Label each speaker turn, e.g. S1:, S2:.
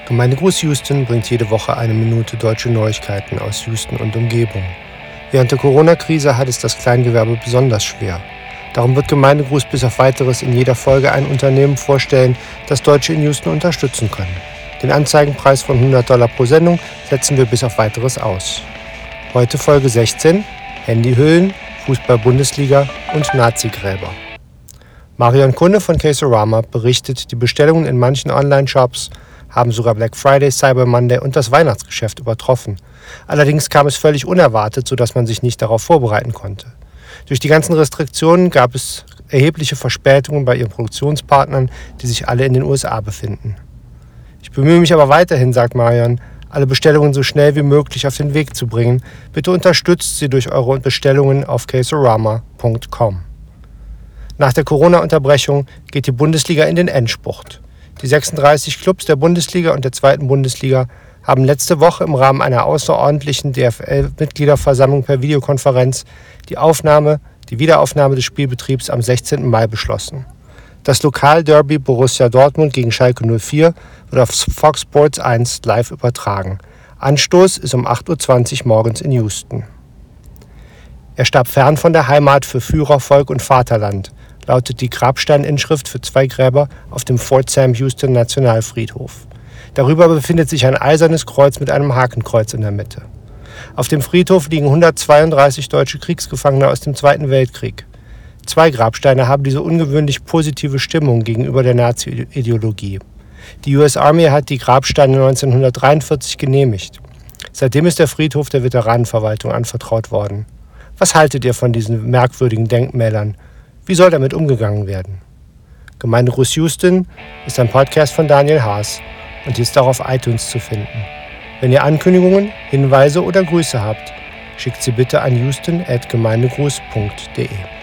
S1: Gemeindegruß Houston bringt jede Woche eine Minute deutsche Neuigkeiten aus Houston und Umgebung. Während der Corona-Krise hat es das Kleingewerbe besonders schwer. Darum wird Gemeindegruß bis auf Weiteres in jeder Folge ein Unternehmen vorstellen, das Deutsche in Houston unterstützen können. Den Anzeigenpreis von $100 pro Sendung setzen wir bis auf Weiteres aus. Heute Folge 16, Handyhüllen, Fußball-Bundesliga und Nazi-Gräber. Marion Kunde von Caserama berichtet, die Bestellungen in manchen Online-Shops haben sogar Black Friday, Cyber Monday und das Weihnachtsgeschäft übertroffen. Allerdings kam es völlig unerwartet, sodass man sich nicht darauf vorbereiten konnte. Durch die ganzen Restriktionen gab es erhebliche Verspätungen bei ihren Produktionspartnern, die sich alle in den USA befinden. Ich bemühe mich aber weiterhin, sagt Marion, alle Bestellungen so schnell wie möglich auf den Weg zu bringen. Bitte unterstützt sie durch eure Bestellungen auf caserama.com. Nach der Corona-Unterbrechung geht die Bundesliga in den Endspurt. Die 36 Clubs der Bundesliga und der zweiten Bundesliga haben letzte Woche im Rahmen einer außerordentlichen DFL-Mitgliederversammlung per Videokonferenz die Wiederaufnahme des Spielbetriebs am 16. Mai beschlossen. Das Lokalderby Borussia Dortmund gegen Schalke 04 wird auf Fox Sports 1 live übertragen. Anstoß ist um 8:20 Uhr morgens in Houston. Er starb fern von der Heimat für Führer, Volk und Vaterland, lautet die Grabsteininschrift für 2 Gräber auf dem Fort Sam Houston Nationalfriedhof. Darüber befindet sich ein eisernes Kreuz mit einem Hakenkreuz in der Mitte. Auf dem Friedhof liegen 132 deutsche Kriegsgefangene aus dem Zweiten Weltkrieg. 2 Grabsteine haben diese ungewöhnlich positive Stimmung gegenüber der Nazi-Ideologie. Die US Army hat die Grabsteine 1943 genehmigt. Seitdem ist der Friedhof der Veteranenverwaltung anvertraut worden. Was haltet ihr von diesen merkwürdigen Denkmälern? Wie soll damit umgegangen werden? Gemeindegruß Houston ist ein Podcast von Daniel Haas und ist auch auf iTunes zu finden. Wenn ihr Ankündigungen, Hinweise oder Grüße habt, schickt sie bitte an houston@gemeindegruß.de.